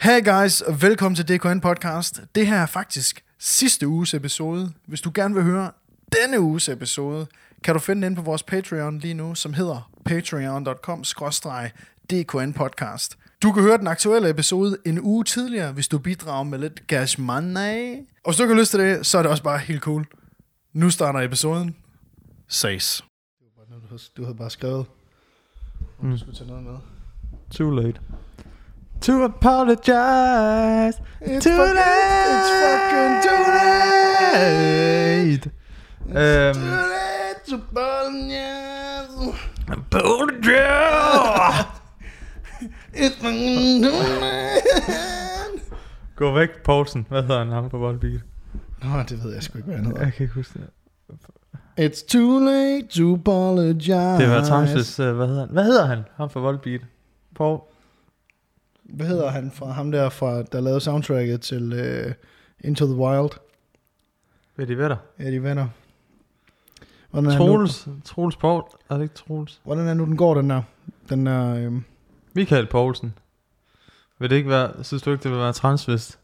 Hey guys, og velkommen til DKN Podcast. Det her er faktisk sidste uges episode. Hvis du gerne vil høre denne uges episode, kan du finde den på vores Patreon lige nu, som hedder patreon.com/DKN Podcast. Du kan høre den aktuelle episode en uge tidligere, hvis du bidrager med lidt cash money. Og hvis du ikke har lyst til det, så er det også bare helt cool. Nu starter episoden. Ses. Du havde bare skrevet, om du skulle tage noget med. Too late. To apologize. It's too fucking, late. It's fucking too late. Too late to apologize. It's fucking too late. Gå væk, Poulsen. Hvad hedder han ham på Volbeat? Nå, det ved jeg sgu ikke, hvad han hedder. Jeg kan ikke huske det. It's too late to apologize. Det var Tramses, hvad hedder han? Ham fra Volbeat. Paul. Hvad hedder han fra ham der lavede soundtracket til Into the Wild? Hvad er de ved dig? Ja, de venner. Troels Paul. Er det ikke Troels? Hvordan er nu den går, den der Michael Poulsen. Vil det ikke være, synes du ikke det vil være transvist?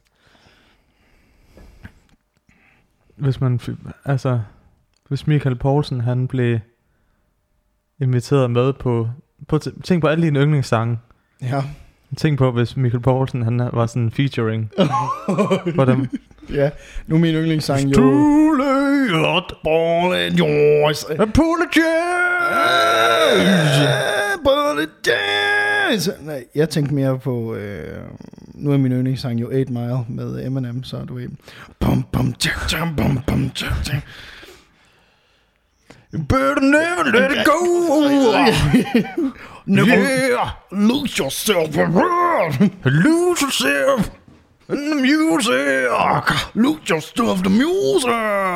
Hvis man, hvis Michael Poulsen han blev inviteret med på tænk på alle dine yndlingssange. Ja. Tænk på, hvis Michael Poulsen han var sådan featuring på dem. Ja, nu er min yndlingssang jo Too late, Ball in yours. Apologize. Nej, jeg tænkte mere på nu er min yndlingssang jo 8 Mile med Eminem, så du ved. Bum bum tjak tjak bum bum tjak tjak. You better never let it go. Never lose yourself. Lose yourself in the music. Lose yourself the music.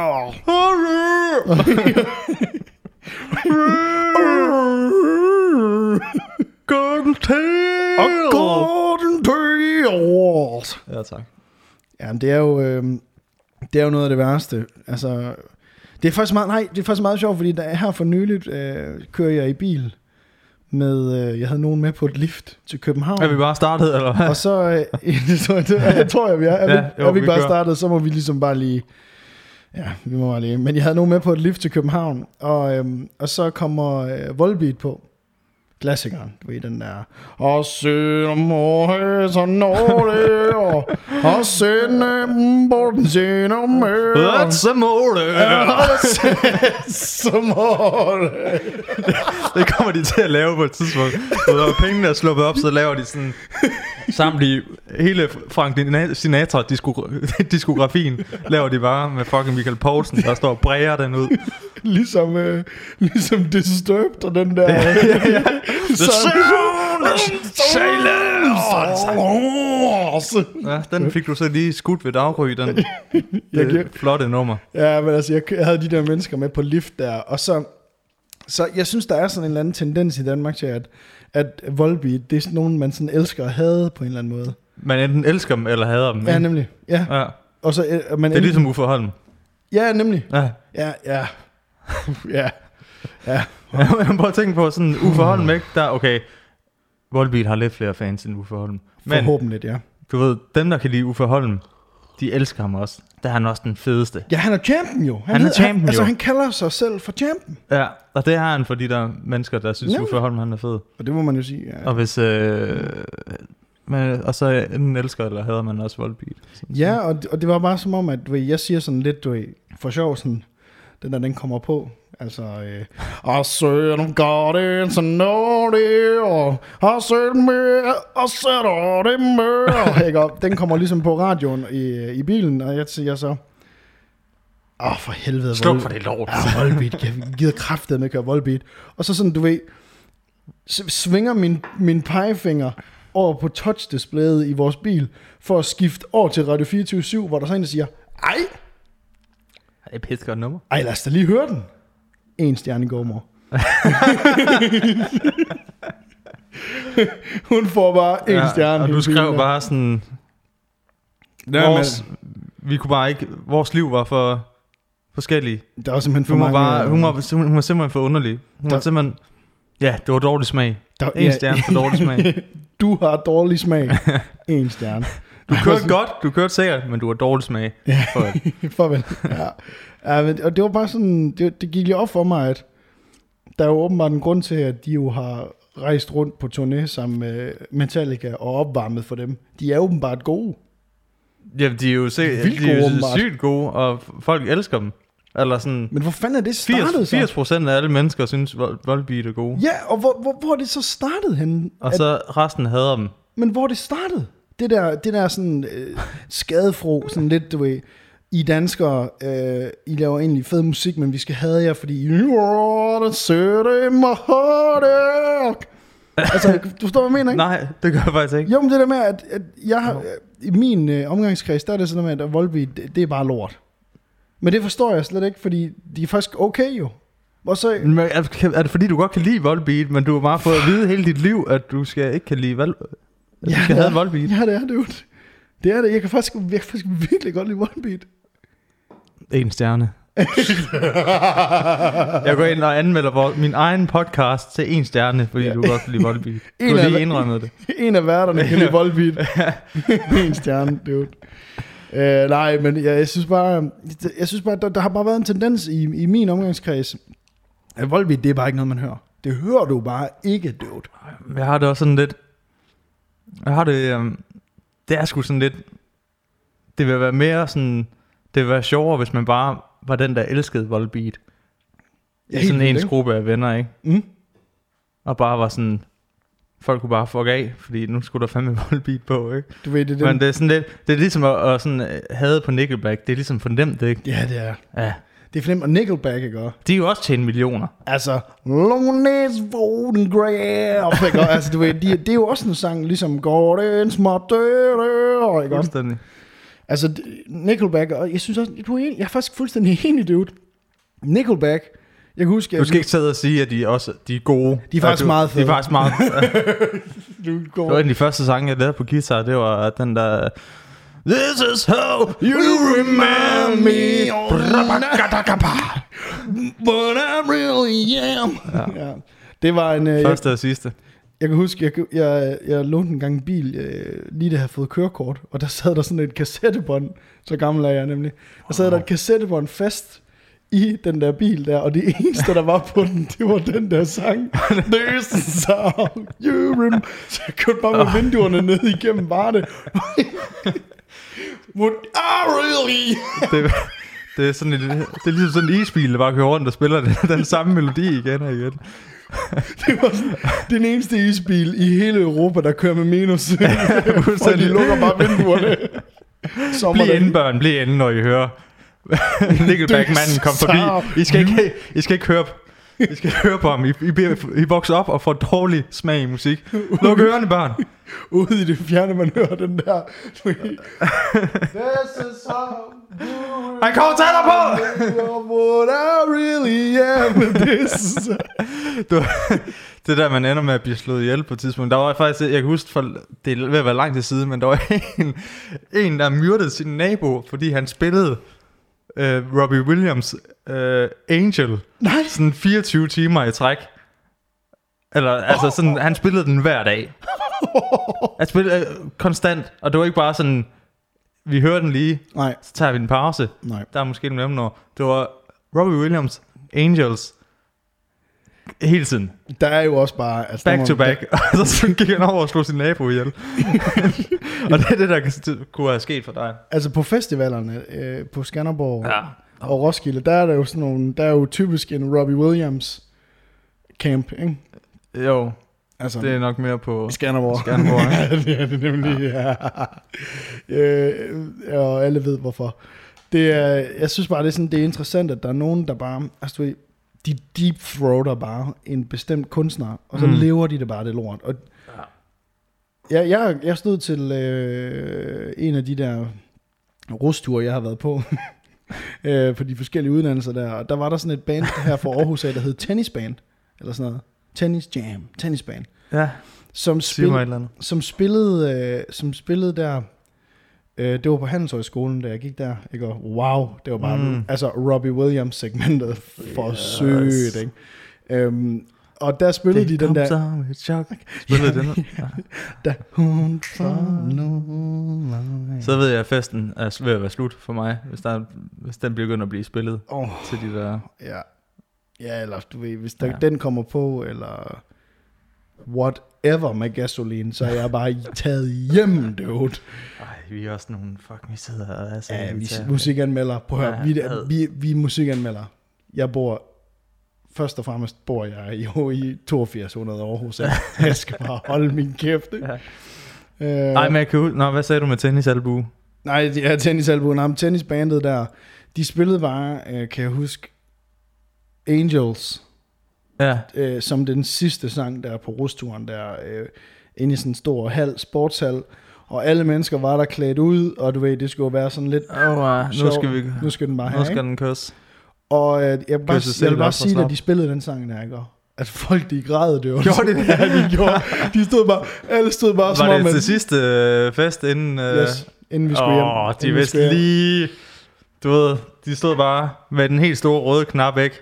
Golden Tales. Golden Tales. Ja, tak. Ja, det er jo noget af det værste. Altså, det er faktisk meget sjovt, fordi her for nyligt kører jeg i bil med, jeg havde nogen med på et lift til København. Er vi bare startet, eller hvad? Og så, jeg tror vi er. Er vi bare startet, så må vi ligesom bare lige, ja, vi må bare lige. Men jeg havde nogen med på et lift til København, og så kommer Volbeat på. Klassikeren, du ved den der. Og søn og så når det, og søn på den søn og mør. That's a more. Det kommer de til at lave på et tidspunkt. Når pengene er sluppet op, så laver de sådan samtlige hele Frank Sinatra-diskografien laver de bare med fucking Michael Poulsen, der står og bræger den ud. Ligesom Disturbed og den der. Ja. The sound of sailors. Ja, den fik du så lige skudt ved daggry, den flotte nummer. Ja, men altså, jeg havde de der mennesker med på lift der, og så jeg synes, der er sådan en eller anden tendens i Danmark til, at Volbeat, det er sådan nogen, man sådan elsker at hade på en eller anden måde. Man enten elsker dem, eller hader dem. Ja, nemlig. Ja. Og så, det er ligesom Uffe Holm. Ja, nemlig. Ja. Ja. Ja. Jeg må bare tænke på sådan Uffe Holm, ikke? Der, okay, Volbeat har lidt flere fans end Uffe Holm. Men forhåbentlig, ja. Du ved, dem der kan lide Uffe Holm, de elsker ham også. Der er han også den fedeste. Ja, han er champion jo. Han er champion jo. Altså, han kalder sig selv for champion. Ja, og det er han for de der mennesker, der synes, Uffe Holm han er fed. Og det må man jo sige, ja. Og hvis og så enten elsker eller hader man også Volbeat. Ja, og det var bare som om, at jeg siger sådan lidt, for sjov sådan, den kommer på. Altså, I said I'm God så når det, og I said me, og så det mør. Ikke? Den kommer ligesom på radioen i bilen, og jeg siger så, for helvede. Sluk for det lort. Ja, Volbeat, jeg gider kraftedet med at køre Volbeat. Og så sådan, du ved, svinger min pegefinger over på touch-displayet i vores bil, for at skifte over til Radio 24/7, hvor der så en, der siger, ej. Det er pisse godt nummer. Ej, lad os da lige høre den. 1 stjerne i går, mor. Hun får bare 1 stjerne. Og du skrev bare sådan, vi kunne bare ikke, vores liv var for forskellige. Der var simpelthen for mange. Hun var simpelthen for underlig. Hun var simpelthen, ja, det var dårlig smag. 1 stjerne for dårlig smag. Du har dårlig smag. 1 stjerne. Du kørte godt, du kørte sikkert, men du har dårlig smag. Ja, farvel. Ja, men, og det var bare sådan, det gik lige op for mig, at der er jo åbenbart en grund til, at de jo har rejst rundt på turné sammen med Metallica og opvarmet for dem. De er åbenbart gode. Ja, de er jo sygt gode, og folk elsker dem. Eller sådan, men hvor fanden er det startet 80% af alle mennesker synes, Volbeat er gode. Ja, og hvor er det så startet henne? Og så resten hader dem. Men hvor er det startet? Det der sådan skadefro, sådan lidt, du ved, I danskere, I laver egentlig fed musik, men vi skal have jer, fordi you are the city, my heart. Altså, du forstår, hvad jeg mener, ikke? Nej, det gør jeg faktisk ikke. Jo, men det der med, at jeg har, i min omgangskreds, der er det sådan med, at Volbeat, det er bare lort. Men det forstår jeg slet ikke, fordi de er faktisk okay jo. Men er det fordi, du godt kan lide Volbeat, men du har bare fået at vide hele dit liv, at du ikke kan lide du skal have Volbeat? Ja, det er det. Det er det. Jeg kan faktisk virkelig godt lide Volbeat. 1 stjerne. Jeg går ind og anmelder min egen podcast til 1 stjerne, fordi du godt kan lide Volbeat. Du har lige indrømmet det. En af værterne kan lide Volbeat. 1 stjerne, dude. Nej, men jeg synes bare, der har bare været en tendens i min omgangskreds, at Volbeat, det er bare ikke noget, man hører. Det hører du bare ikke, dude. Jeg har det også sådan lidt, det er sgu sådan lidt, det vil være mere sådan, det vil være sjovere, hvis man bare var den, der elskede Volbeat. Ja, sådan ens gruppe af venner, ikke? Mm. Og bare var sådan, folk kunne bare fuck af, fordi nu skulle der fandme Volbeat på, ikke? Du ved, det men det er sådan lidt, det er ligesom at sådan hade på Nickelback, det er ligesom fornemt, ikke? Ja, det er. Ja. Det er fornemt, og Nickelback, ikke? De er jo også tjent millioner. Altså, Loneliness Golden Grave, ikke? Altså, du ved, det er jo også en sang, ligesom Gordon's Mother, ikke? Fuldstændig. Altså, Nickelback, og jeg synes også, jeg er faktisk fuldstændig enig, dude. Nickelback, jeg kan huske... Du skal ikke sidde og sige, at de er gode. De er faktisk meget fede. De er faktisk meget Det var en af de første sange, jeg lavede på guitar, det var den der... This is how you remind me what I really am. Ja. Det var en... Første og sidste. Jeg kan huske, jeg lånte en gang en bil, lige da jeg havde fået kørekort, og der sad der sådan et kassettebånd, så gammel er jeg nemlig. Der sad der et kassettebånd fast i den der bil der, og det eneste, der var på den, det var den der sang. This is how you remember. Så jeg kørte bare med vinduerne ned igennem bare det. Would I really? Det er sådan det er ligesom sådan en isbil, der bare kører rundt og spiller den samme melodi igen og igen. Det var sådan, den eneste isbil i hele Europa, der kører med minus. Og de lukker bare vinduerne. Bliv inde, børn. Bliv inde, når I hører Nickelback-manden kom forbi. I skal ikke høre I skal høre på ham. I vokser op og får dårlig smag i musik. Luk ørerne, børn. Ude i det fjerne, man hører den der. Han kommer til dig på! What I really am. Det der, man ender med at blive slået ihjel på et tidspunkt. Der var faktisk, jeg kan huske, det er ved at være lang tid siden, men der var en der myrdede sin nabo, fordi han spillede Robbie Williams Angel. Nej. Sådan 24 timer i træk. Eller altså sådan, han spillede den hver dag. Han spillede konstant, og det var ikke bare sådan, vi hører den lige, nej, så tager vi en pause. Nej. Der er måske nogle emner. Det var Robbie Williams Angels hele tiden. Der er jo også bare... Altså, back to back. Og så gik han over og slog sin nabo ihjel. Og det er det, der kunne have sket for dig. Altså på festivalerne, på Skanderborg og Roskilde, der er der jo sådan nogle... Der er jo typisk en Robbie Williams camp, ikke? Jo. Altså, det er nok mere på Skanderborg. Ja, det er det nemlig, ja. Og alle ved hvorfor. Det er, jeg synes bare, det er interessant, at der er nogen, der bare... Altså, de deep-throater bare en bestemt kunstner, og så lever de det bare, det lort. Og jeg stod til en af de der rusture, jeg har været på, på de forskellige uddannelser der, og der var der sådan et band her fra Aarhus, der hed Tennis Band, eller sådan noget. Tennis Jam, Tennis Band. Ja, som spillede der, det var på Handelshøjskolen, da jeg gik der, ikke? Og wow, det var bare altså Robbie Williams segmentet for sødt, ikke? Og der spillede de den der... Spillede den der. Så ved jeg, at festen er ved at være slut for mig, hvis den begynder at blive spillet til de der... Ja, eller du ved, hvis den kommer på, eller whatever med gasolin, så er jeg bare taget hjem, dude. Ej, vi er også nogle fucking, vi sidder altså... Ja, vi musikanmelder. Prøv at høre, vi er musikanmelder. Først og fremmest bor jeg jo i 8200 Aarhus. Jeg skal bare holde min kæft. Nej, men jeg kan hvad sagde du med tennisalbue? Nej, det er tennisalbue. Tennisbandet der, de spillede bare, kan jeg huske, Angels. Ja. Som den sidste sang der på rusturen der, inde i sådan en stor sportshal. Og alle mennesker var der klædt ud, og du ved, det skulle være sådan lidt nu skal den bare have, nu skal den køres. Og jeg vil bare sige, at de spillede den sang der, ikke? At folk, de græd, det var gjorde det? Ja, de gjorde. Alle stod bare som om... Var det til sidste fest, inden... inden vi skulle hjem. De vidste lige... Du ved, de stod bare med den helt store røde knap, ikke?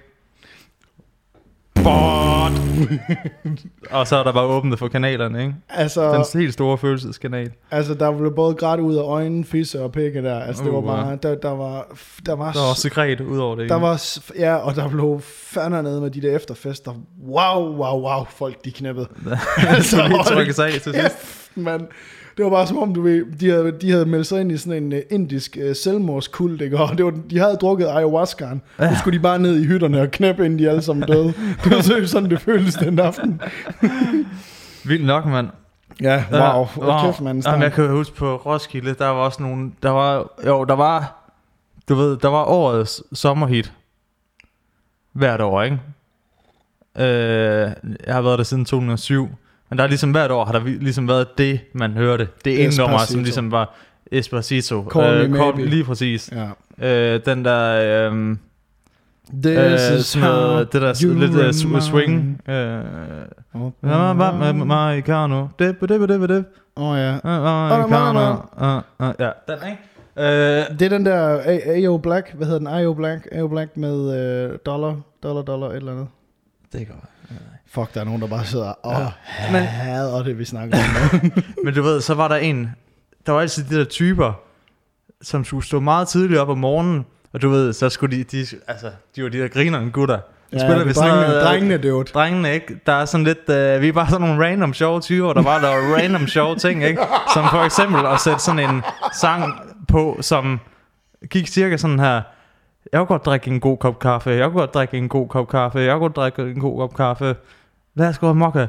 Og så er der bare åbnet for kanalerne, ikke? Altså, den helt store følelseskanal. Altså, der blev både grædt ud af øjnene, fisse og pikke der. Altså, det var bare... Der var også sekret ud over det. Der var, og der blev fandme nede med de der efterfester. Wow, folk de knæppede. Altså, lige trykket sig af til sidst. Man. Det var bare som om, du ved, de havde meldt sig ind i sådan en indisk selvmordskult, ikke? Og de havde drukket ayahuascaen. Nu skulle de bare ned i hytterne og knæppe, inden de alle sammen døde. Det var sådan, det føltes den aften. Vildt nok, mand. Ja, wow. Kæft, man. Jamen, jeg kan huske på Roskilde, der var også nogle... Der var årets sommerhit. Hvert år, ikke? Jeg har været der siden 2007. Men der er ligesom hvert år har der ligesom været det, man hørte. Det ene nummer, som ligesom var Espacito. Lige præcis. Ja. Den der... det der lidt swing. Maricano. Ja. Maricano. Ja, den, ikke? Det er den der A.O. Black. Hvad hedder den? A.O. Black med dollar, et eller andet. Det er godt. Fuck, der er nogen, der bare sidder og hader det, vi snakker om. Men du ved, så var der var altid de der typer, som skulle stå meget tidligt op om morgenen, og du ved, så skulle de var de der grinerende gutter. Ja, spiller vi drengene, det er jo. Drengene, ikke? Der er sådan lidt, vi er bare sådan nogle random sjove typer, der var random sjove ting, ikke? Som for eksempel at sætte sådan en sang på, som gik cirka sådan her: jeg kunne godt drikke en god kop kaffe. Jeg kunne godt drikke en god kop kaffe. Jeg kunne godt drikke en god kop kaffe. Lad os gå amok.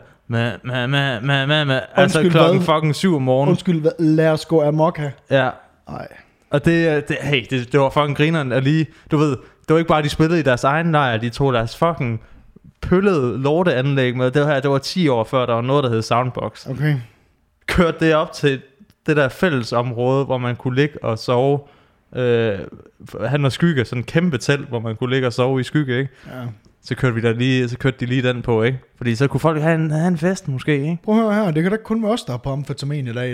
Altså klokken fucking 7 om morgenen. Undskyld, lad os gå amok. Ja. Nej. Og det var fucking grineren at lige, du ved, det var ikke bare de spillede i deres egen lejr, de tog deres fucking pøllede lorteanlæg med. Det var 10 år før der var noget der hed Soundbox. Okay. Kørte det op til det der fællesområde, hvor man kunne ligge og sove. Han og skygge, sådan en kæmpe telt, hvor man kunne ligge og sove i skygge, ikke? Ja. Så kørte de lige den på, ikke? Fordi så kunne folk have en fest måske, ikke? Prøv at høre her, det kan da ikke kun være os, der er på amfetamin i dag.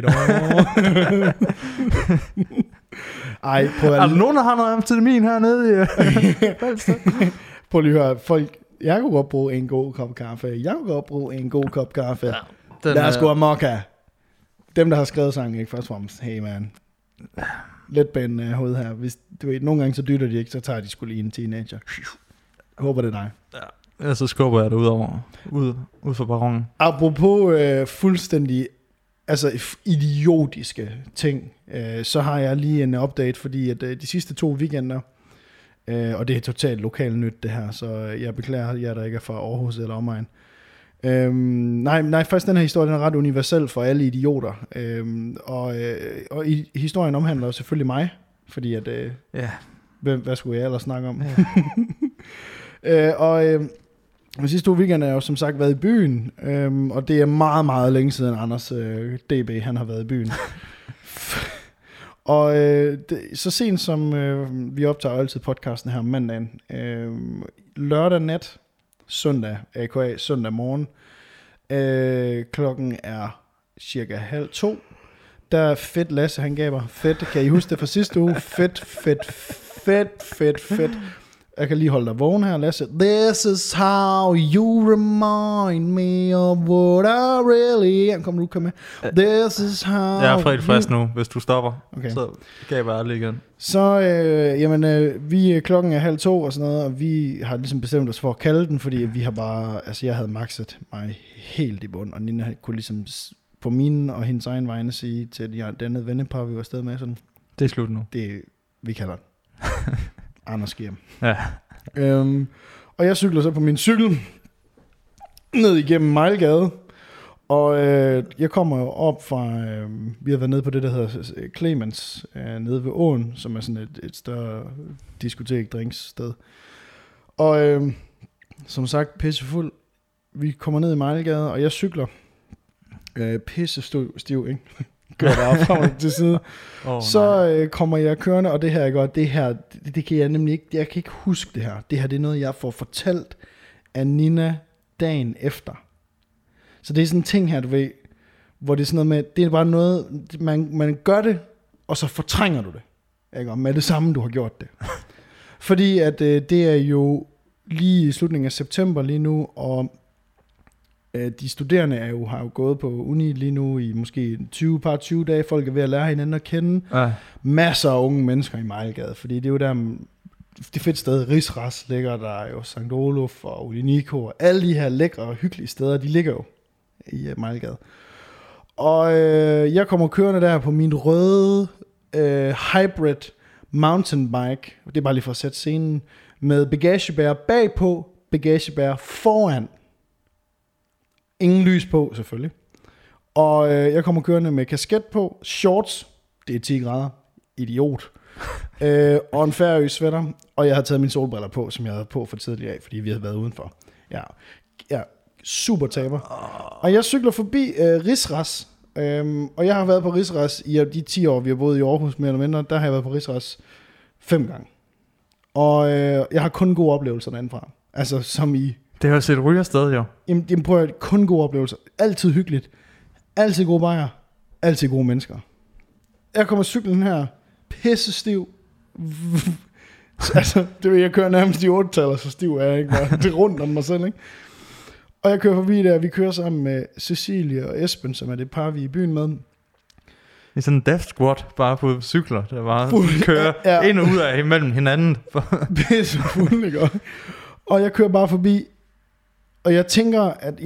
Ej, er der nogen, der har noget amfetamin hernede i Falster? Prøv lige at høre, folk, jeg kunne godt bruge en god kop kaffe. Ja, lad os gå amok. Dem, der har skrevet sangen, ikke? Først og fremmest, hey man, lidt bændende hoved her. Hvis, du ved, nogle gange så dytter de ikke, så tager de sgu lige en teenager. Jeg håber, det er dig. Ja, så skubber jeg det ud for perronen. Apropos fuldstændig idiotiske ting, så har jeg lige en update, fordi at de sidste 2 weekender, og det er totalt lokalt nyt det her, så jeg beklager jer, der ikke er fra Aarhus eller omegn. Nej, faktisk den her historie, den er ret universel for alle idioter. Og historien omhandler jo selvfølgelig mig, fordi at... Hvad skulle jeg ellers snakke om? Ja. De sidste 2 weekender har jeg jo som sagt været i byen, og det er meget, meget længe siden Anders DB, han har været i byen. Og så sent som vi optager altid podcasten her om mandagen, lørdag nat, søndag, aka søndag morgen, klokken er cirka 1:30. Der er Fedt Lasse, han gav mig. Fedt, kan I huske det fra sidste uge? Fedt. Jeg kan lige holde dig vågen her, Lasse. This is how you remind me of what I really am. Kom nu, kom med. This is how... Jeg er frisk nu, hvis du stopper. Okay. Så kan jeg bare lige igen. Så, vi klokken er 1:30 og sådan noget, og vi har ligesom bestemt os for at kalde den, fordi vi har bare... Altså, jeg havde maxet mig helt i bund, og Nina kunne ligesom på mine og hendes egen vegne sige til det andet vennepar, vi var afsted med sådan... Det er slut nu. Vi kalder den. Anders Giem. Ja. Og jeg cykler så på min cykel ned igennem Mejlgade, og jeg kommer jo op fra, vi har været nede på det, der hedder Clemens, nede ved åen, som er sådan et større diskotek, drinkssted. Og som sagt, pissefuld. Vi kommer ned i Mejlgade, og jeg cykler pissestiv, ikke? Gør der frem til side. Så kommer jeg kørende, og det her er godt. Det kan jeg nemlig ikke. Jeg kan ikke huske det her. Det her, det er noget, jeg får fortalt af Nina dagen efter. Så det er sådan en ting her, du ved, hvor det er sådan noget med, det er bare noget, man gør det, og så fortrænger du det. Ikke? Og med det samme, du har gjort det. Fordi at det er jo lige i slutningen af september lige nu, og de studerende har jo gået på uni lige nu i måske 20 dage. Folk er ved at lære hinanden at kende. Ja. Masser af unge mennesker i Mejlgade, fordi det er jo der, det fedt sted, Rigsras ligger der jo, St. Olof og Olinico, og alle de her lækre og hyggelige steder, de ligger jo i Mejlgade. Og jeg kommer kørende der på min røde hybrid mountainbike, det er bare lige for at sætte scenen, med bagagebærer bagpå, bagagebærer foran. Ingen lys på, selvfølgelig. Og jeg kommer kørende med kasket på, shorts, det er 10 grader, idiot, og en færøsk sweater, og jeg har taget mine solbriller på, som jeg havde på for tidligere af, fordi vi havde været udenfor. Ja, super taber. Og jeg cykler forbi Rigsras, og jeg har været på Rigsras i de 10 år, vi har boet i Aarhus mere eller mindre, der har jeg været på Rigsras 5 gange. Og jeg har kun gode oplevelser derindefra. Altså som i... Det har set rygersted, jo. Jamen prøv at kun gode oplevelser. Altid hyggeligt. Altid gode bajer. Altid gode mennesker. Jeg kommer cyklen her. Pissestiv. Altså, det vil jeg køre nærmest i 8-taller, så stiv er jeg ikke. Det er rundt om mig selv, ikke? Og jeg kører forbi der. Vi kører sammen med Cecilie og Esben, som er det par, vi er i byen med. Det er sådan en death squad, bare på cykler, der bare kører ind og ud af imellem hinanden. Pissefuld, ikke? Og jeg kører bare forbi, og jeg tænker,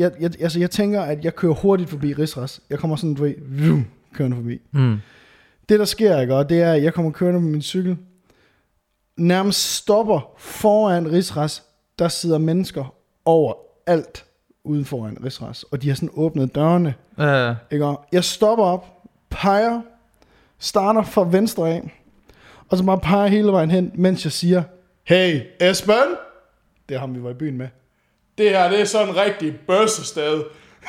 at jeg kører hurtigt forbi Rigsras. Jeg kommer sådan, kørende forbi. Mm. Det, der sker, ikke? Og det er, at jeg kommer kørende med min cykel, nærmest stopper foran Rigsras. Der sidder mennesker overalt uden foran Rigsras, og de har sådan åbnet dørene. Ikke? Jeg stopper op, peger, starter fra venstre af, og så bare peger hele vejen hen, mens jeg siger, hey, Esben! Det er ham, vi var i byen med. Det her, det er sådan en rigtig bøssested.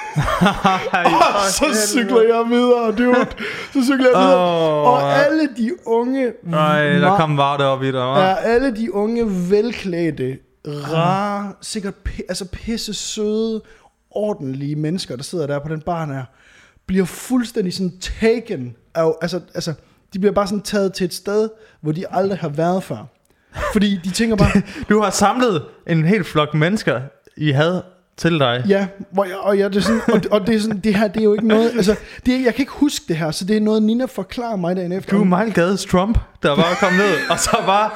Og så cykler jeg videre, dude. Så cykler jeg videre. Og alle de unge... Nej, der kom varte op i dig, hva'? Ja, alle de unge, velklædte, rare, sikkert pisse søde, ordentlige mennesker, der sidder der på den bar her, bliver fuldstændig sådan taken. Altså, de bliver bare sådan taget til et sted, hvor de aldrig har været før. Fordi de tænker bare... Du har samlet en hel flok mennesker, I havde til dig. Ja, det er sådan, og det er sådan, det her, det er jo ikke noget... Altså, jeg kan ikke huske det her, så det er noget, Nina forklarer mig dagen efter. Du er Mejlgades Trump, der bare kom ned, og så bare...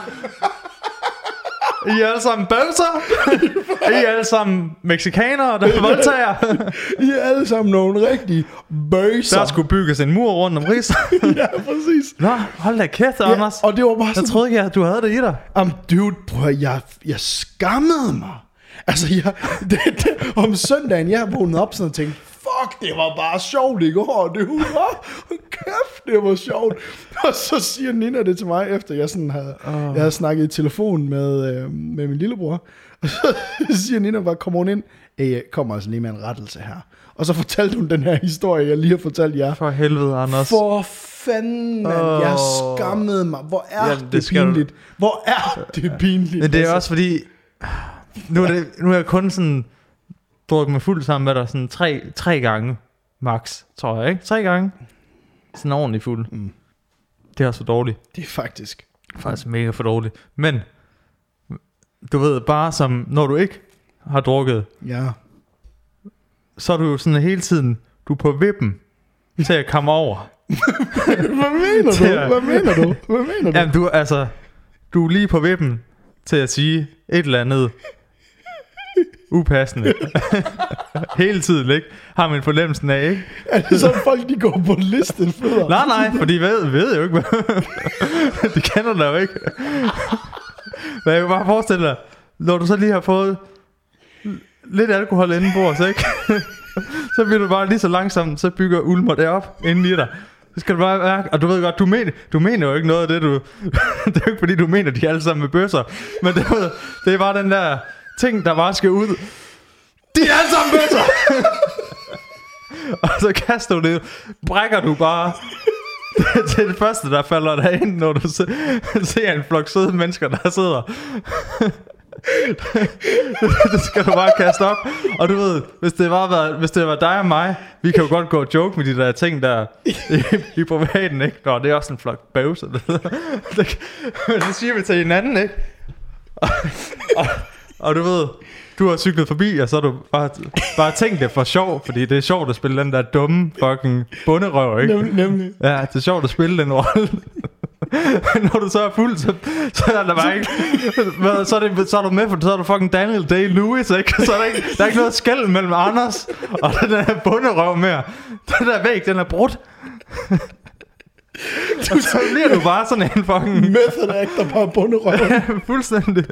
I er alle sammen bøsser. I er alle sammen mexikanere, der voldtager. I er alle sammen nogle rigtige bøsser. Der skulle bygges en mur rundt om Ris. Ja, præcis. Nå, hold da kæft, Anders. Og det var bare sådan... Jeg troede ikke, du havde det i dig. Dude, prøv, jeg skammede mig. Altså, om søndagen, jeg vågnede op sådan og tænkte, fuck, det var bare sjovt i går, dude. Kæft, det var sjovt. Og så siger Nina det til mig, efter jeg sådan jeg havde snakket i telefon med min lillebror. Og så siger Nina bare, kommer hun ind? Jeg kommer altså lige med en rettelse her. Og så fortalte hun den her historie, jeg lige har fortalt jer. For helvede, Anders. For fanden, man. Jeg skammede mig. Hvor er det pinligt. Hvor er det pinligt. Men det er også fordi, nu er jeg kun sådan drukket med fuld sammen med dig sådan tre gange max, tror jeg, ikke? 3 gange. Sådan ordentligt fuld. Mm. Det er også for dårligt. Det er faktisk mega for dårligt. Men du ved, bare som, når du ikke har drukket, ja. Så er du jo sådan hele tiden, du er på vippen til at komme over. Hvad mener du? Jamen, du er lige på vippen til at sige et eller andet upassende. Hele tiden, ikke? Har man fornemmelsen af, ikke? Er det sådan, folk de går på listen før? Nej, for de ved jo ikke, hvad. De kender dig jo ikke. Men jeg kan bare forestille dig, når du så lige har fået lidt alkohol indenbords, ikke? Så bliver du bare lige så langsomt, så bygger ulmer det op inden i dig. Så skal du bare mærke, og du ved godt, du mener jo ikke noget af det, du... Det er jo ikke fordi, du mener, de er alle sammen med bøsser. Men det er bare den der ting, der bare skal ud. De er alle sammen bøsser! Og så kaster du det, brækker du bare til det første, der falder dig ind, når du ser en flok søde mennesker, der sidder. Det skal du bare kaste op. Og du ved, hvis det var dig og mig, vi kan jo godt gå og joke med de der ting der i privaten, ikke? Nå, det er også en flok bøvser. Men det siger vi til hinanden, ikke? Og du ved, du har cyklet forbi, og så har du bare tænkt det for sjov, fordi det er sjovt at spille den der dumme fucking bunderøv, ikke? Nemlig. Ja, det er sjovt at spille den rolle. Når du så er fuld, så er der bare ikke. Så er du med, for så er du fucking Daniel Day-Lewis, ikke? Så der er ikke noget skæld mellem Anders og den der bunderøv mere. Den der væg, den er brudt. Og så bliver du bare sådan en fucking method actor på bunderøv. Ja, fuldstændig.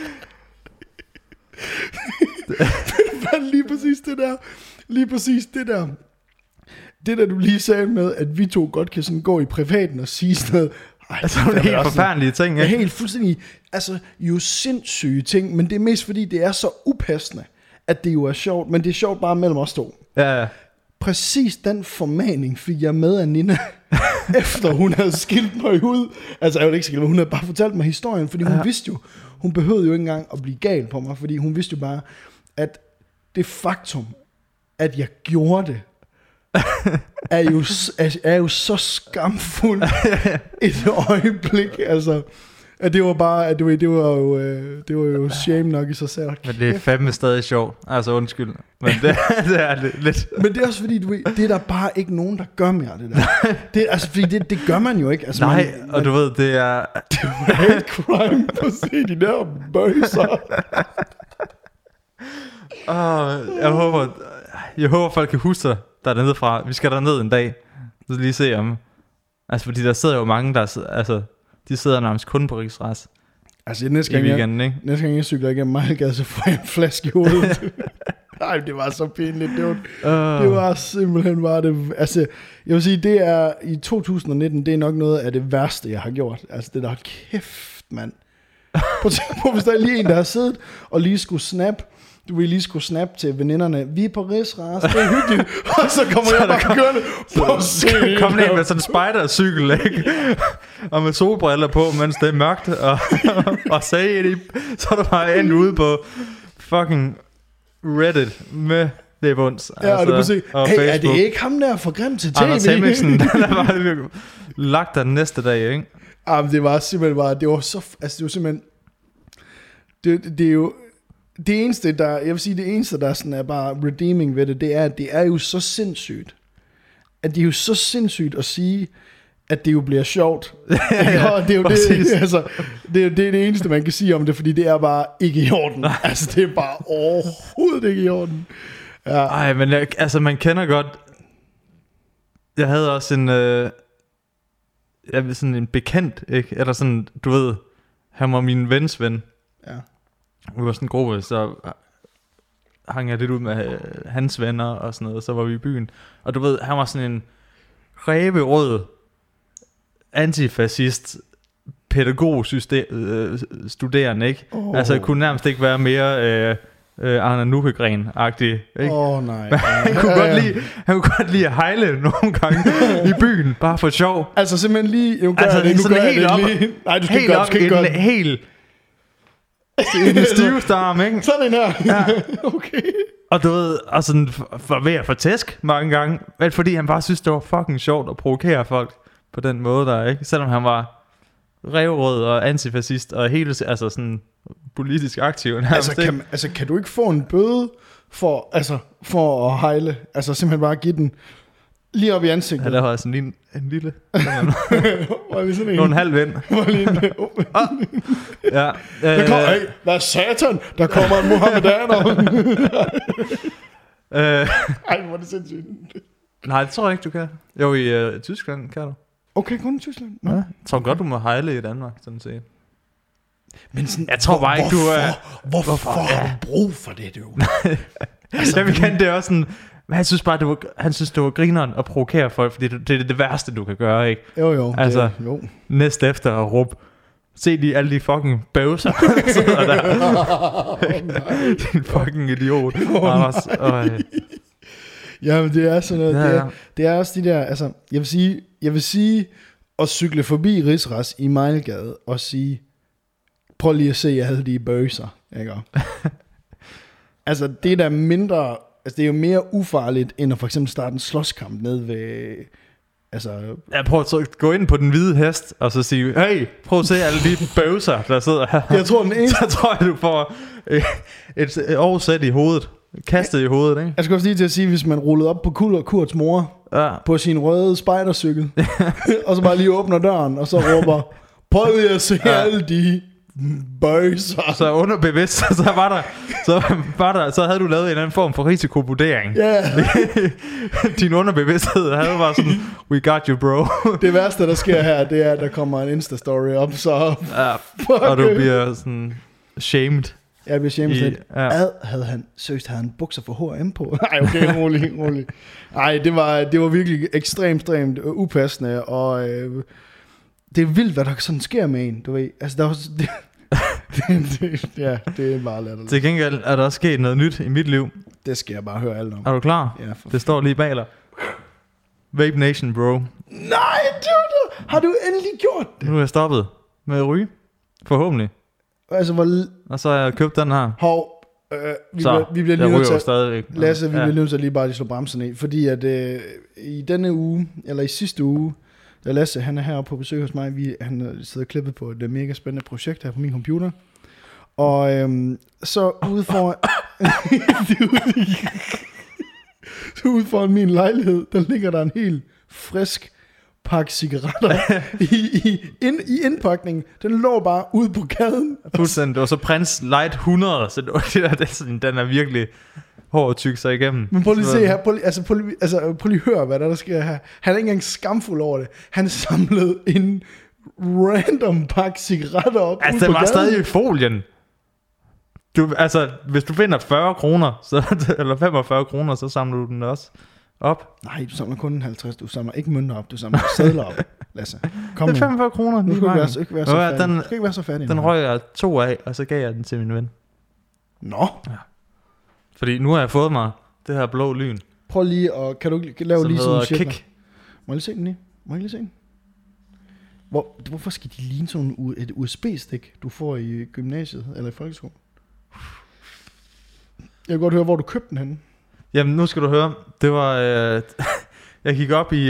Lige præcis det der. Det der du lige sagde med, at vi to godt kan sådan gå i privaten og sige sådan noget. Altså det er helt forfærdelige ting, ikke? Ja, helt fuldstændig. Altså jo sindssyge ting, men det er mest fordi det er så upassende, at det jo er sjovt. Men det er sjovt bare mellem os to. Ja. Præcis den formaning fik jeg med af Nina, efter hun havde skilt mig ud. Altså jeg ville ikke skilt mig, hun havde bare fortalt mig historien, fordi hun vidste jo, hun behøvede jo ikke engang at blive gal på mig, fordi hun vidste jo bare, at det faktum, at jeg gjorde det, er jo så skamfuld et øjeblik, altså. At det var bare, at det var jo shame nok i sig selv. Men det er fandme stadig sjovt. Altså undskyld. Men det er lidt. Men det er også fordi, det er der bare ikke nogen, der gør mere, det der. Det, altså, fordi det gør man jo ikke. Altså, nej, og du ved, det er... Det er jo hate crime på at se de der bøjser. Jeg håber, folk kan huske dig dernede fra. Vi skal derned en dag. Så lige se om... Altså, fordi der sidder jo mange, der... Altså, de sidder nærmest kun på Rigsrets. Altså næste gang jeg cykler igennem Mejlgade, så får jeg en flaske i hovedet. Nej, det var så pinligt. Det var simpelthen bare det. Altså, jeg vil sige, det er i 2019, det er nok noget af det værste, jeg har gjort. Altså det der, kæft mand. På hvis der er lige en, der har siddet og lige skulle snap. Du vil lige skulle snap til veninderne. Vi er på Rigsrets, det er hyggeligt. Og så kommer jeg bare kørende på scenen. Kom ned med sådan en spider-cykel, ikke? Og med solbriller på, mens det er mørkt. Og sagde så er du bare endt ude på fucking Reddit med det bunds. Ja, altså, og du kan se, hey, er det ikke ham der for grim til tv? Anders Hemmingsen, den er bare lagt der den næste dag, ikke? Jamen, det var simpelthen bare, det var så, altså det var simpelthen, det er jo, det eneste, der sådan er bare redeeming ved det er, at det er jo så sindssygt. At det er jo så sindssygt at sige, at det jo bliver sjovt. Ja, det er jo det, altså, det er det eneste, man kan sige om det, fordi det er bare ikke i orden. Altså, det er bare overhovedet ikke i orden. Ja. Ej, men altså, man kender godt... Jeg havde også sådan en bekendt, ikke? Eller sådan, du ved, han var min vens ven. Ja. Vi var sådan en gruppe, så hang jeg lidt ud med hans venner og sådan noget, så var vi i byen. Og du ved, han var sådan en ræverød antifascist pædagogstuderende, ikke? Altså kunne nærmest ikke være mere Arne Nuhegren-agtig, ikke? Nej. Han kunne godt lide at hejle nogle gange i byen, bare for sjov. Altså simpelthen lige... Nej, du skal helt op i en helt... En stivstarm, ikke? Sådan en her. Ja. Okay. Og du ved, og sådan var ved at få tæsk mange gange, vel, fordi han bare synes, det var fucking sjovt at provokere folk på den måde der, ikke? Selvom han var rævrød og antifascist og hele, altså sådan politisk aktiv. Kan du ikke få en bøde for at hejle? Altså simpelthen bare give den lige op i ansigtet. Ja, der var sådan en lille. Var det sådan en? En halv vind. Ja. Hvad satan? Der kommer en Mohammedaner. Ej, hvor er det sindssygt. Nej, det tror jeg ikke, du kan. Jo, i Tyskland kan du. Okay, kun i Tyskland? Ja. Jeg tror godt, du må hejle i Danmark, sådan set. Men sådan, jeg tror bare ikke, du er... Hvorfor har du brug for det, du? Altså, vi kan det også sådan... Men han synes bare, det var grineren at provokere folk, fordi det er det værste, du kan gøre, ikke? Jo. Altså, næst efter at råbe, se lige alle de fucking bøvser, der sidder der. Din fucking idiot. Jamen, det er sådan noget. Det er også de der, altså, jeg vil sige, at cykle forbi Rigsras i Mejlgade og sige, prøv lige at se alle de bøvser, ikke? Altså, det er da mindre... Altså, det er jo mere ufarligt, end at for eksempel starte en slåskamp ned ved... Altså... Ja, prøv at gå ind på den hvide hest, og så sige, hey, prøv at se alle de bøvser, der sidder her. Jeg tror, den eneste... Så tror jeg, du får et oversæt i hovedet. Kastet i hovedet, ikke? Jeg skal også lige til at sige, hvis man rullede op på Kurts mor, på sin røde spejdercykel, og så bare lige åbner døren, og så råber, prøv lige at se alle de... bøjser. Så underbevidst, så havde du lavet en eller anden form for risikovurdering. Ja. Din underbevidsthed havde bare sådan, we got you, bro. Det værste, der sker her, det er, at der kommer en Insta-story op, så... Ja, og du bliver sådan shamed. Jeg bliver shamed lidt. Ja. Havde han bukser for H&M på? Nej, okay, rolig. Nej, det var virkelig ekstremt upassende, og... det er vildt, hvad der sådan sker med en, du ved. Altså, der var... det er bare latterligt. Til gengæld er der også sket noget nyt i mit liv. Det skal jeg bare høre alt om. Er du klar? Ja, det står lige bag dig. Vape Nation, bro. Nej, dude, har du endelig gjort det? Nu er jeg stoppet med at ryge. Forhåbentlig. Altså, og så har jeg købt den her. Vi bliver lige nødt til stadigvæk. Lasse, vi bliver nødt til lige bare slå bremsen i. Fordi at i denne uge, eller i sidste uge, da Lasse, han er heroppe på besøg hos mig. Han sidder klippet på et mega spændende projekt her på min computer. Og så ude foran min lejlighed, der ligger der en helt frisk pakke cigaretter i indpakningen. Den lå bare ude på gaden. Fuldstændig. Det var så Prince Light 100, så den er virkelig hård at tykke sig igennem. Men prøv lige at se her, prøv lige at høre, hvad der sker her. Han er ikke engang skamfuld over det. Han samlede en random pakke cigaretter op. Altså, den var stadig i folien. Hvis du finder 40 kroner, eller 45 kroner, så samler du den også op. Nej, du samler kun 50. Du samler ikke mønter op, du samler sedler op. Lasse, kom nu. Det er 45 kroner. Nu skal ikke være så færdig. Den røg jeg 2 af, og så gav jeg den til min ven. Nå. Ja. Fordi nu har jeg fået mig det her blå lyn. Prøv lige at... Kan du lave som lige sådan en kick. Må jeg lige se den lige? Hvorfor skal de ligne sådan et USB-stik, du får i gymnasiet eller i folkeskolen? Jeg vil godt høre, hvor du købte den henne. Jamen, nu skal du høre. Det var... jeg gik op i...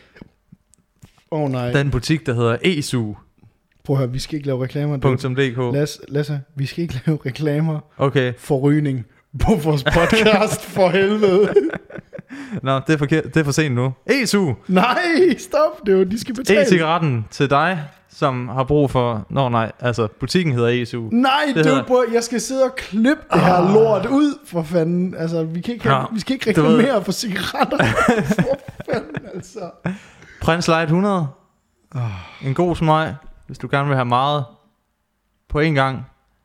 den butik, der hedder ESU. Prøv at høre, vi skal ikke lave reklamer. .dk. Lasse, vi skal ikke lave reklamer for rygning på vores podcast, for helvede. Nå, det er forkert. Det er for sent nu. ESU! Nej, stop. Det er jo, de skal betale. E-cigaretten til dig, som har brug for... butikken hedder ESU. Nej, jeg skal sidde og klippe det her lort ud, for fanden. Altså, vi skal ikke reklamere for cigaretter. For fanden, altså. Prince Light 100. En god smøg, hvis du gerne vil have meget på en gang.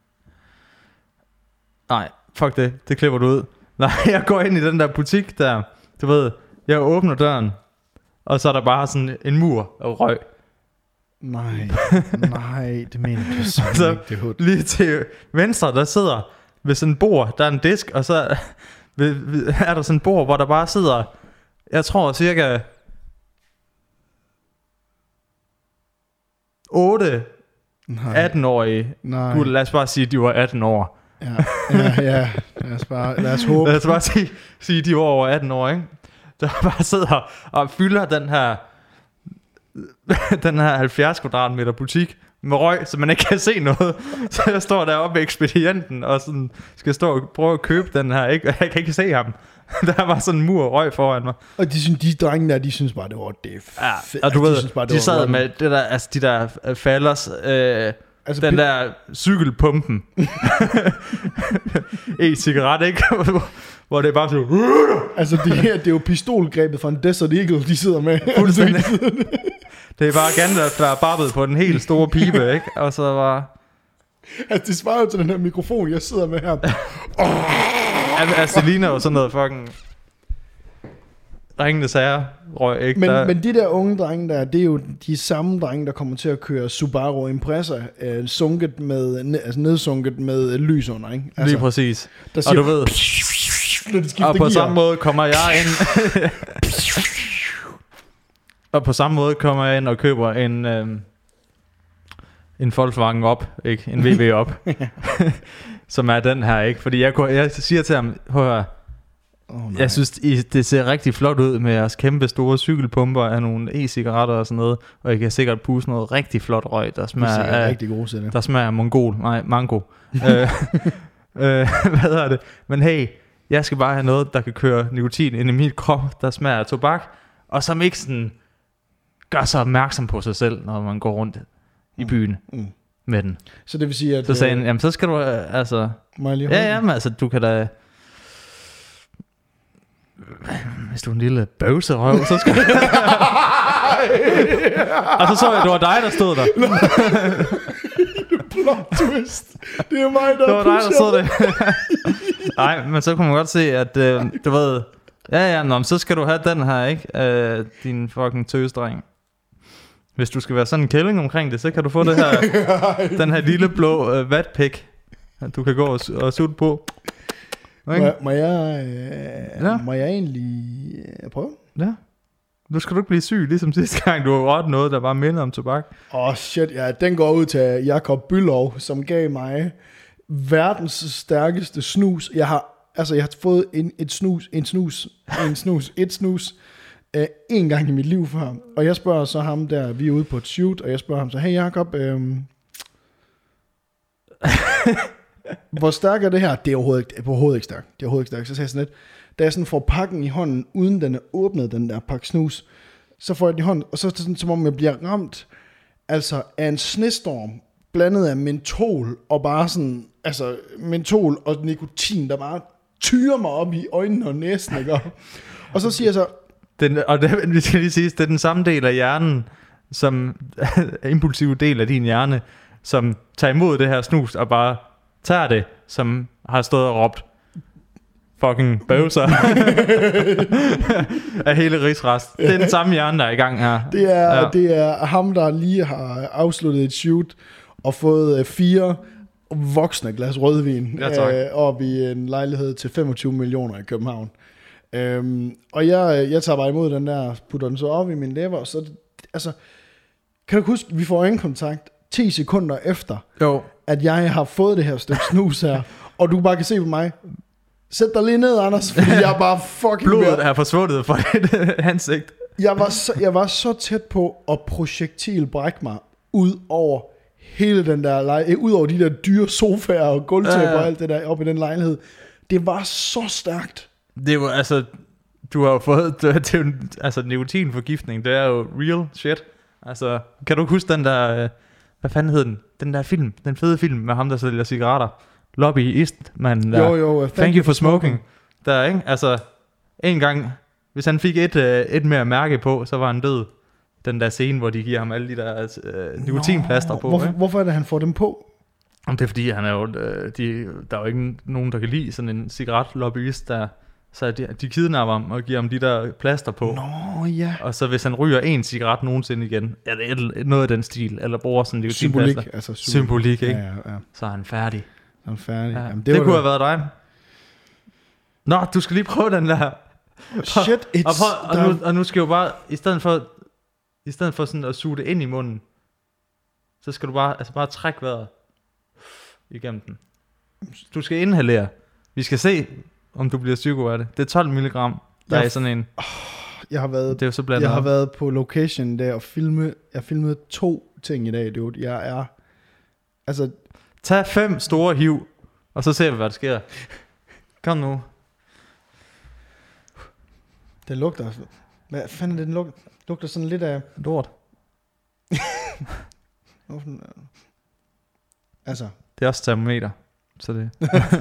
Nej, fuck det. Det klipper du ud. Nej, jeg går ind i den der butik der. Du ved, jeg åbner døren, og så er der bare sådan en mur af røg. Nej, det mener du så ikke. Lige til venstre, der sidder ved sådan et bord, der er en disk, og så er der sådan et bord, hvor der bare sidder, jeg tror cirka 8 18-årige. Lad os bare sige, at de var 18 år. Ja. Lad os håbe. Lad os bare sige, at de var over 18 år, ikke? Der bare sidder og fylder den her 70 kvadratmeter butik med røg, så man ikke kan se noget. Så jeg står deroppe i ekspedienten, og sådan skal stå og prøve at købe den her, ikke? Og jeg kan ikke se ham. Der var sådan en mur af røg foran mig. Og de drenge der, de synes bare, det var fedt. Ja, og du ved, de sad med det der, altså de der fallers, altså den der cykelpumpen. E-cigaret, ikke? Hvor det er bare så... Altså det er jo pistolgrebet fra en Desert Eagle, de sidder med. Det er bare Gandalf, der er barbet på den helt store pibe, ikke? Og så var... Altså det svarer jo til den her mikrofon, jeg sidder med her. Altså det ligner jo sådan noget fucking... Ringende sager røg, ikke? Men de der unge drenge der, det er jo de samme drenge, der kommer til at køre Subaru Impreza, sunket med, altså nedsunket med lys under, ikke? Altså, lige præcis. Der siger, og du ved... Og på samme måde kommer jeg ind... Og på samme måde kommer jeg ind og køber en Volkswagen op, ikke? En VW op. Som er den her, ikke? Fordi jeg siger til ham, hør, jeg synes, det ser rigtig flot ud med jeres kæmpe store cykelpumper af nogle e-cigaretter og sådan noget. Og jeg kan sikkert puste noget rigtig flot røg, der smager af... rigtig god til det. Der smager mango. Hvad hedder det? Men hey, jeg skal bare have noget, der kan køre nikotin ind i mit krop, der smager af tobak, og som ikke sådan gør sig opmærksom på sig selv, når man går rundt i byen med den. Så det vil sige, at... Så sagde han, jamen så skal du, altså... men altså, du kan da... Hvis du er en lille bøvserøv, så skal du... Og så jeg, det var dig, der stod der. Plot twist. Det er mig, der det var dig, der stod der. Nej, men så kunne man godt se, at du ved... så skal du have den her, ikke? Din fucking tøsdreng. Hvis du skal være sådan en kælling omkring det, så kan du få det her, den her lille blå vatpik, du kan gå og sutte på. Må jeg egentlig prøve? Ja. Nu skal du ikke blive syg, ligesom sidste gang, du har rørt noget, der bare minder om tobak. Shit, ja, den går ud til Jakob Bylov, som gav mig verdens stærkeste snus. Jeg har fået et snus en gang i mit liv før. Og jeg spørger så ham der, vi er ude på et shoot, og jeg spørger ham så, hey Jakob, hvor stærk er det her? Det er overhovedet ikke stærkt. Så sagde jeg sådan lidt, da jeg sådan får pakken i hånden, uden den er åbnet, den der pakke snus, så får jeg den i hånden, og så er det sådan, som om jeg bliver ramt, altså af en snestorm, blandet af mentol, og bare sådan, altså mentol og nikotin, der bare tyrer mig op i øjnene og næsen, ikke? Og så siger jeg så... vi skal lige sige, det er den samme del af hjernen, som impulsive del af din hjerne, som tager imod det her snus, og bare tager det, som har stået og råbt fucking bøvser af hele rigsrest. Det er den samme hjerne, der er i gang her. Det er ham, der lige har afsluttet et shoot og fået 4 voksne glas rødvin op i en lejlighed til 25 millioner i København. Og jeg tager bare imod den der, putter den så op i min lever, og så, altså, kan du huske, vi får en kontakt 10 sekunder efter, at jeg har fået det her stykke snus her, og du bare kan se på mig, sæt dig lige ned, Anders, fordi jeg er bare fucking... Blodet er forsvundet fra dit ansigt. Jeg var så tæt på at projektilbrække mig ud over hele den der ud over de der dyre sofaer og gulvtæpper og alt det der op i den lejlighed. Det var så stærkt. Det var altså, du har jo fået, altså nikotinforgiftning, det er jo real shit. Altså, kan du huske den der, hvad fanden hed den? Den der film, den fede film med ham, der sælger cigaretter. Lobbyist, man der. Jo, thank you for smoking. Der, ikke? Altså, en gang, hvis han fik et mere mærke på, så var han død. Den der scene, hvor de giver ham alle de der nikotinplaster på. Hvorfor er det, han får dem på? Det er fordi, han er jo, der er jo ikke nogen, der kan lide sådan en cigaretlobbyist, der... Så de kidnapper ham og giver ham de der plaster på. Nå, ja. Og så hvis han ryger en cigaret nogensinde igen, ja, det er noget af den stil, eller bruger sådan en symbolik, symbolik, ikke? Ja. Så er han færdig. Ja. Jamen, det kunne have været dig. Nå, du skal lige prøve den der. Shit, og nu skal jo bare, i stedet for sådan at suge det ind i munden, så skal du bare trække vejret igennem den. Du skal inhalere. Vi skal se, om du bliver psyko af det. Det er 12 milligram, der er sådan en... Jeg har været, det er jo så jeg har været på location der og jeg filmede 2 ting i dag, dude. Jeg er... Altså... Tag 5 store hiv, og så ser vi, hvad der sker. Kom nu. Det lugter... Hvad fanden er det, den lugter? Lugter sådan lidt af... Lort. Altså... Det er også termometer, så det...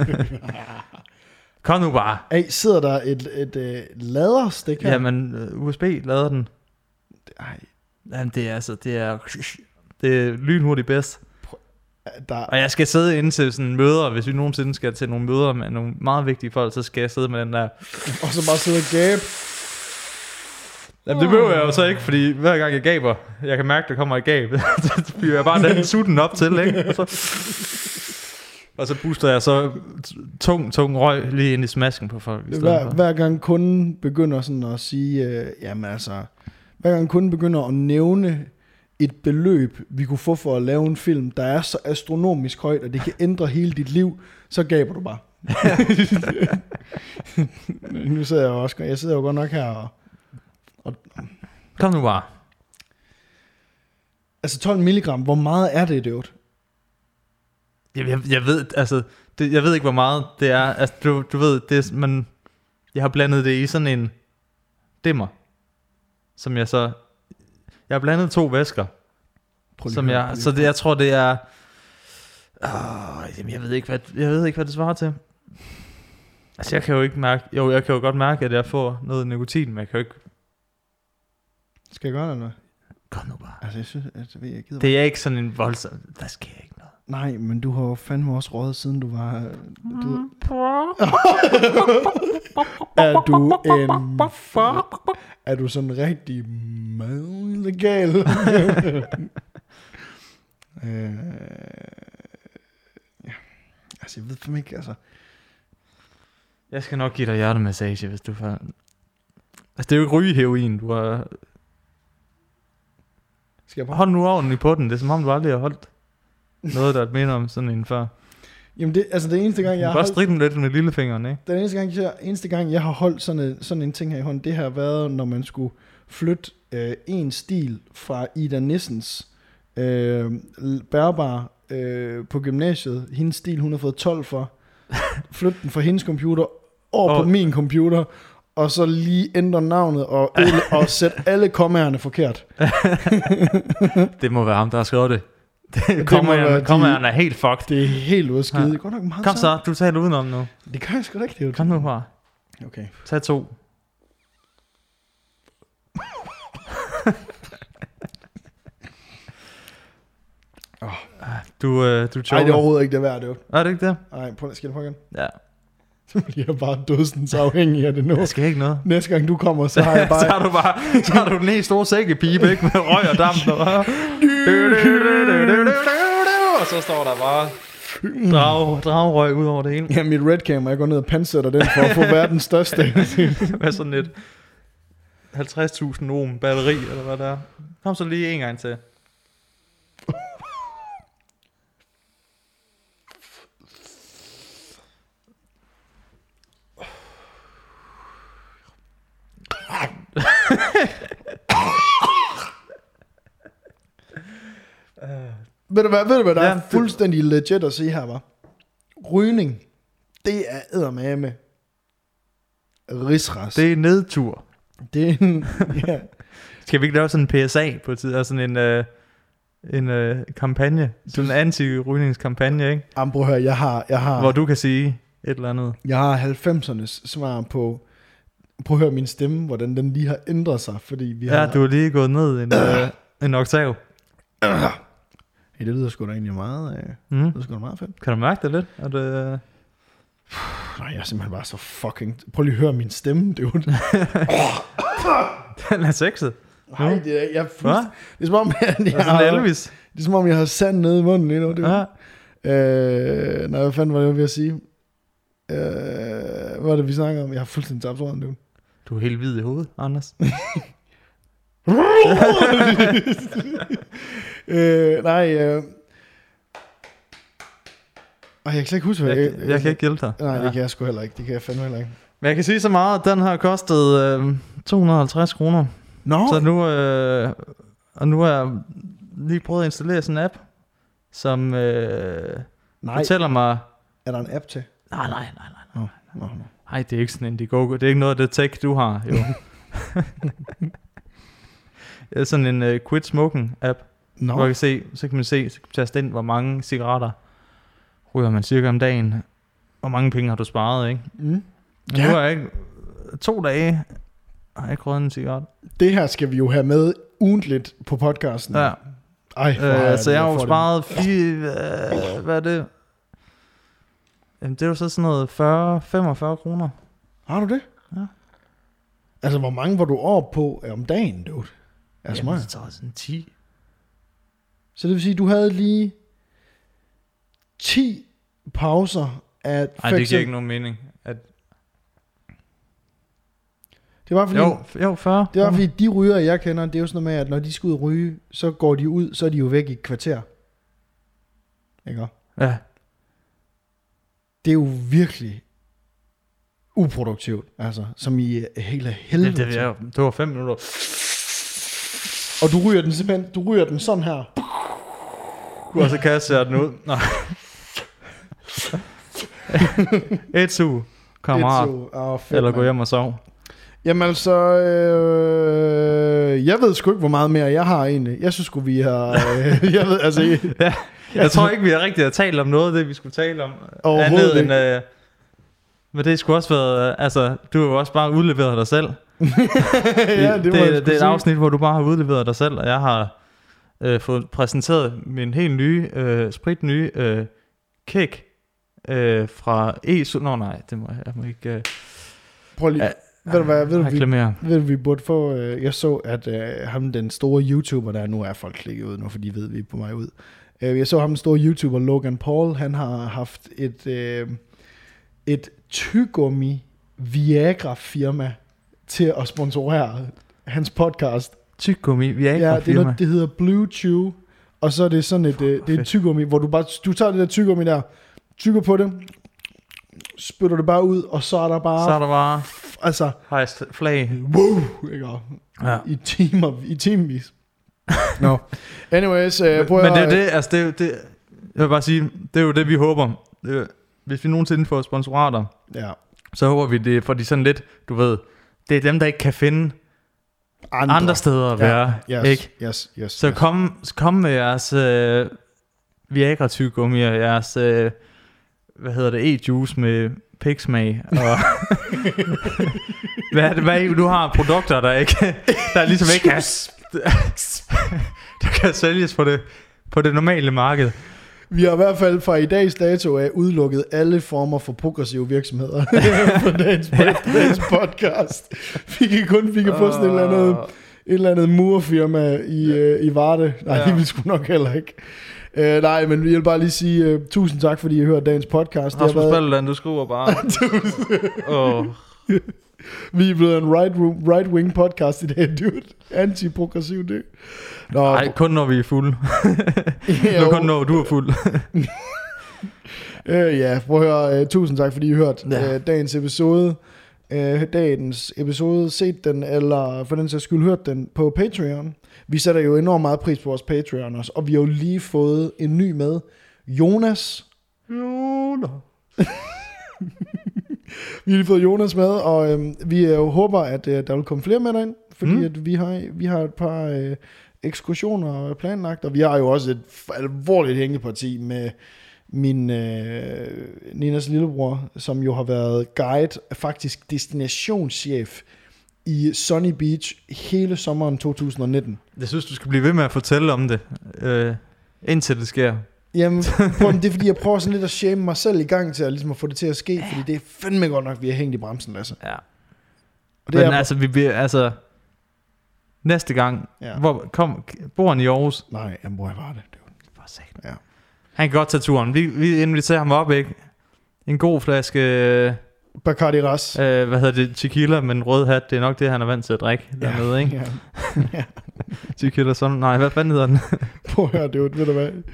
Kom nu bare. Ej, sidder der et laderstik her? Jamen, USB lader den. Ej. Jamen, det er lynhurtigt bedst. Der... Og jeg skal sidde inde til sådan møder, hvis vi nogensinde skal til nogle møder med nogle meget vigtige folk, så skal jeg sidde med den der. Og så bare sidde og gabe. Jamen, det behøver jeg jo så ikke, fordi hver gang jeg gaber, jeg kan mærke, der kommer et gab. Så fyrer jeg bare den sutten op til, ikke? Og så booster jeg så tung røg lige ind i smasken på folk. Hver gang kunden begynder sådan at sige, jamen altså, hver gang kunden begynder at nævne et beløb, vi kunne få for at lave en film, der er så astronomisk højt, at det kan ændre hele dit liv, så gaber du bare. Nu sidder jeg jo også, jeg sidder jo godt nok her og kom nu bare. Altså 12 milligram, hvor meget er det, dude? Jeg ved, altså, jeg ved ikke, hvor meget det er. Altså, du ved, det er, jeg har blandet det i sådan en dimmer, som jeg så... Jeg har blandet 2 væsker, så det, jeg tror, det er... Jamen, jeg ved ikke, hvad det svarer til. Altså, jeg kan jo ikke mærke... Jo, jeg kan jo godt mærke, at jeg får noget nikotin, men jeg kan jo ikke... Skal jeg gøre det, eller? Kom nu bare. Altså, jeg synes, jeg gider. Det er ikke sådan en voldsom... Der sker ikke noget. Nej, men du har jo fandme også røget, siden du var... Er du sådan rigtig illegal? Ja. Altså, jeg ved fandme ikke, altså... Jeg skal nok give dig hjertemassage, hvis du får... Altså, det er jo ikke rygeheroin, du har... Skal jeg prøve? Hold nu ordentligt på den. Det er som om, du aldrig har holdt noget, der minder om sådan en før. Jamen, det eneste gang, jeg har holdt... Bare strid den lidt med lillefingeren, ikke? Den eneste gang, jeg har holdt sådan en ting her i hånden, det har været, når man skulle flytte en stil fra Ida Nissens bærbar på gymnasiet. Hendes stil, hun har fået 12 for. Flytte den fra hendes computer over på min computer, og så lige ændre navnet og sætte alle kommaerne forkert. Det må være ham, der har skrevet det. Kommaerne er helt fucked. Det er helt udskidt. Ja. Kom så, du taler udenom nu. Det kan jeg sgu da ikke. Det kom nu bare. Okay. Tag 2. Du choker. Nej, det er overhovedet ikke det værd, det. Er det ikke det? Nej, skal jeg prøve igen? Ja. Så bliver jeg bare dødsens afhængig af det nu. Jeg skal ikke noget. Næste gang du kommer, så har jeg bare... så har du den helt store sækkepibe, ikke? Med røg og damp. Og så står der bare dragrøg ud over det hele. Ja, mit redcam, jeg går ned og pansætter den for at få verdens største. Hvad sådan et 50.000 ohm batteri, eller hvad der er. Kom så lige en gang til. Ved du hvad der er fuldstændig legit at sige her, var? Rygning, det er eddermame rigsras. Det er nedtur. Det er en, ja. Skal vi ikke lave sådan en PSA på tid, altså en kampagne, sådan en anti-rygningskampagne, ikke? Jamen, prøv at høre, jeg har... Hvor du kan sige et eller andet. Jeg har 90'ernes svar på... Prøv at høre min stemme, hvordan den lige har ændret sig, fordi vi har... Ja, du har lige gået ned en oktav. Ja, det lyder sgu da egentlig meget... Det lyder sgu da meget fedt. Kan du mærke det lidt? At, Nej, jeg er simpelthen bare så fucking... Prøv lige at høre min stemme, dude. Den er sexet. Nej, det er... Det er som om, Elvis. Det er som om, jeg har sand nede i munden lige nu, dude. Ja. Nej, hvad fanden var det, jeg ville sige? Hvad var det, vi snakker om? Jeg har fuldstændig tabt ordene, dude. Du er helt hvid i hovedet, Anders. Nej, og jeg kan slet ikke huske, hvad jeg kan ikke hjælpe dig. Nej, det kan jeg sgu heller ikke. Det kan jeg fandme heller ikke. Men jeg kan sige så meget, at den har kostet 250 kroner. Så nu, og nu har jeg lige prøvet at installere sådan en app, som fortæller mig... Er der en app til? Nej. Nej, det er ikke sådan en Indiegogo. Det er ikke noget af det tech, du har, jo. Det er sådan en quit smoking app, hvor man kan se, så kan man taste ind, hvor mange cigaretter ryger man cirka om dagen. Hvor mange penge har du sparet, ikke? Men nu har jeg ikke 2 dage, har jeg ikke røget en cigaret. Det her skal vi jo have med ugentligt på podcasten. Ja. Så jeg har jo sparet 4, hvad er det? Jamen, det er jo så sådan noget 45 kroner. Har du det? Ja. Altså, hvor mange var du oppe på om dagen, dude? Jamen, det tager sådan 10. Så det vil sige, du havde lige 10 pauser af... Nej, det giver ikke nogen mening. Det var fordi, jo 40. Det var fordi, de rygere, jeg kender, det er jo sådan noget med, at når de skal ud og ryge, så går de ud, så er de jo væk i et kvarter. Ikke? Ja. Det er jo virkelig uproduktivt, altså, som i hele helvede. Det var 5 minutter. Og du ryger den simpelthen, du ryger den sådan her. Og så kaster jeg den ud. Nej. Etsu, kammerat. Eller gå hjem og sove. Jamen altså, jeg ved sgu ikke, hvor meget mere jeg har egentlig. Jeg synes sgu, vi har... jeg ved, altså... Jeg tror ikke, vi har rigtig talt om noget af det, vi skulle tale om. Overhovedet ikke. Men det skulle også være... Altså, du har jo også bare udleveret dig selv. Det er et afsnit, hvor du bare har udleveret dig selv, og jeg har fået præsenteret min helt nye, spritnye kæk fra ESU. Nej, det må jeg må ikke... Prøv lige... Ved du hvad, vi burde få... Jeg så, at ham, den store YouTuber, der nu er folk klikket ud nu, for de ved, vi er på vej ud. Jeg så ham, den store YouTuber, Logan Paul, han har haft et tyggegummi Viagra-firma til at sponsorere hans podcast. Tyggegummi Viagra-firma? Ja, det er noget, det hedder Blue Chew, og så er det sådan det er et tyggegummi, hvor du tager det der tyggegummi der, tygger på det, spytter det bare ud, og så er der bare altså highest flag. Wow, ikke? Ja. I timevis. No. Anyways, men det er det, altså det, jeg vil bare sige, det er jo det vi håber. Hvis vi nogensinde får sponsorater, så håber vi det, fordi sådan lidt, du ved, det er dem der ikke kan finde andre steder at være, ikke? Yes. Så kom med jeres Viagra tyggegummi og jeres e-juice med pigsmag og hvad du har produkter der ligesom ikke der kan sælges på det normale marked. Vi har i hvert fald fra i dags dato af udelukket alle former for progressive virksomheder på dagens podcast. Vi kan få sådan et eller andet murfirma i Varde. Nej, det vil sgu nok heller ikke. Nej, men jeg vil bare lige sige tusind tak, fordi I hørte dagens podcast. Rasmus Paludan, du skriver bare. Vi er blevet en right-wing podcast i dag, dude. Anti-progressiv, det. Nej, kun når vi er fulde. Kun når du er fuld. Prøv at høre. Tusind tak, fordi I hørte dagens episode. Set den, eller for den sags skyld hørt den på Patreon. Vi sætter jo enormt meget pris på vores Patreon også, og vi har jo lige fået en ny med, Jonas. Vi har lige fået Jonas med, og vi jo håber, at der vil komme flere med derind, fordi at vi har et par ekskursioner planlagt, og vi har jo også et alvorligt hængeparti med min Ninas lillebror, som jo har været guide, faktisk destinationschef i Sunny Beach hele sommeren 2019. Jeg synes, du skal blive ved med at fortælle om det, indtil det sker. Jamen, det er fordi, jeg prøver sådan lidt at shame mig selv i gang til at få det til at ske, fordi det er fandme godt nok, vi har hængt i bremsen, Lasse. Ja. Og det men altså, vi bliver, næste gang, bor han i Aarhus? Nej, han bor i Varde. Det var sagt. Ja. Han kan godt tage turen. Vi inviterer ham op, ikke? En god flaske... Bacardi Ras. Tequila med en rød hat. Det er nok det, han er vant til at drikke dernede, ikke? Ja. Tequila sådan. Nej, hvad fanden hedder den? Prøv at høre, ved du hvad?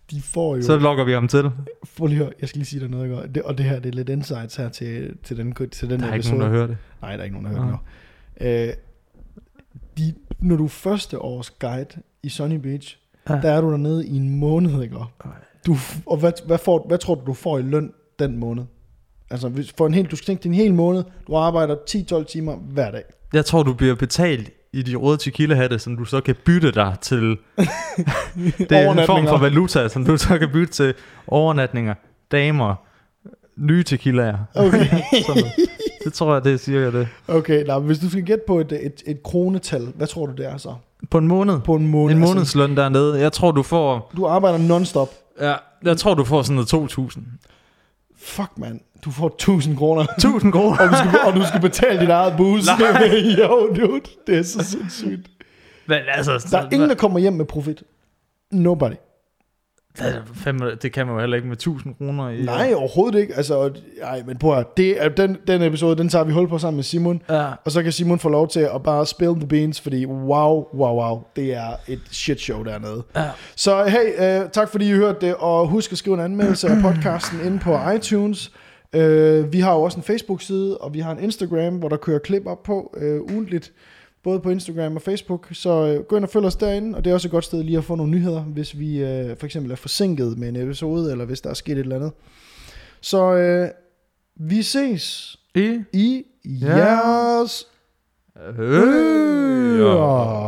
De får jo... Så logger vi ham til. Prøv lige høre, jeg skal lige sige dig noget, og det her, det er lidt insights her til den episode. Der er ikke nogen, der hører det. Nej, der er ikke nogen, der hører det nu. Når du er første års guide i Sunny Beach, der er du dernede i en måned, ikke? Og hvad tror du får i løn den måned? Altså, du skal tænke, det er en hel måned, du arbejder 10-12 timer hver dag. Jeg tror, du bliver betalt i de røde tequila-hatte, som du så kan bytte dig til. Det er en form for valuta, som du så kan bytte til overnatninger, damer, nye tequilaer. Okay. Det tror jeg, det er cirka det. Okay, hvis du skal gætte på et kronetal, hvad tror du det er så? På en måned? På en måned. En månedsløn dernede. Jeg tror, du får... Du arbejder non-stop. Ja, jeg tror, du får sådan noget 2.000. Fuck, mand. Du får 1.000 kroner. 1.000 kroner? og du skal betale dit eget booze. Jo, dude. Det er så sindssygt. Men altså... Der er ingen, der kommer hjem med profit. Nobody. Det kan man jo heller ikke med 1.000 kroner i... Nej, overhovedet ikke. Altså, men prøv at det er den episode, den tager vi hul på sammen med Simon. Ja. Og så kan Simon få lov til at bare spill the beans, fordi wow, det er et shit show dernede. Ja. Så hey, tak fordi I hørte det, og husk at skrive en anmeldelse af podcasten inde på iTunes. Vi har jo også en Facebook-side, og vi har en Instagram, hvor der kører klip op på ugentligt. Både på Instagram og Facebook, så gå ind og følg os derinde, og det er også et godt sted lige at få nogle nyheder, hvis vi for eksempel er forsinket med en episode, eller hvis der er sket et eller andet. Så vi ses i jeres ører.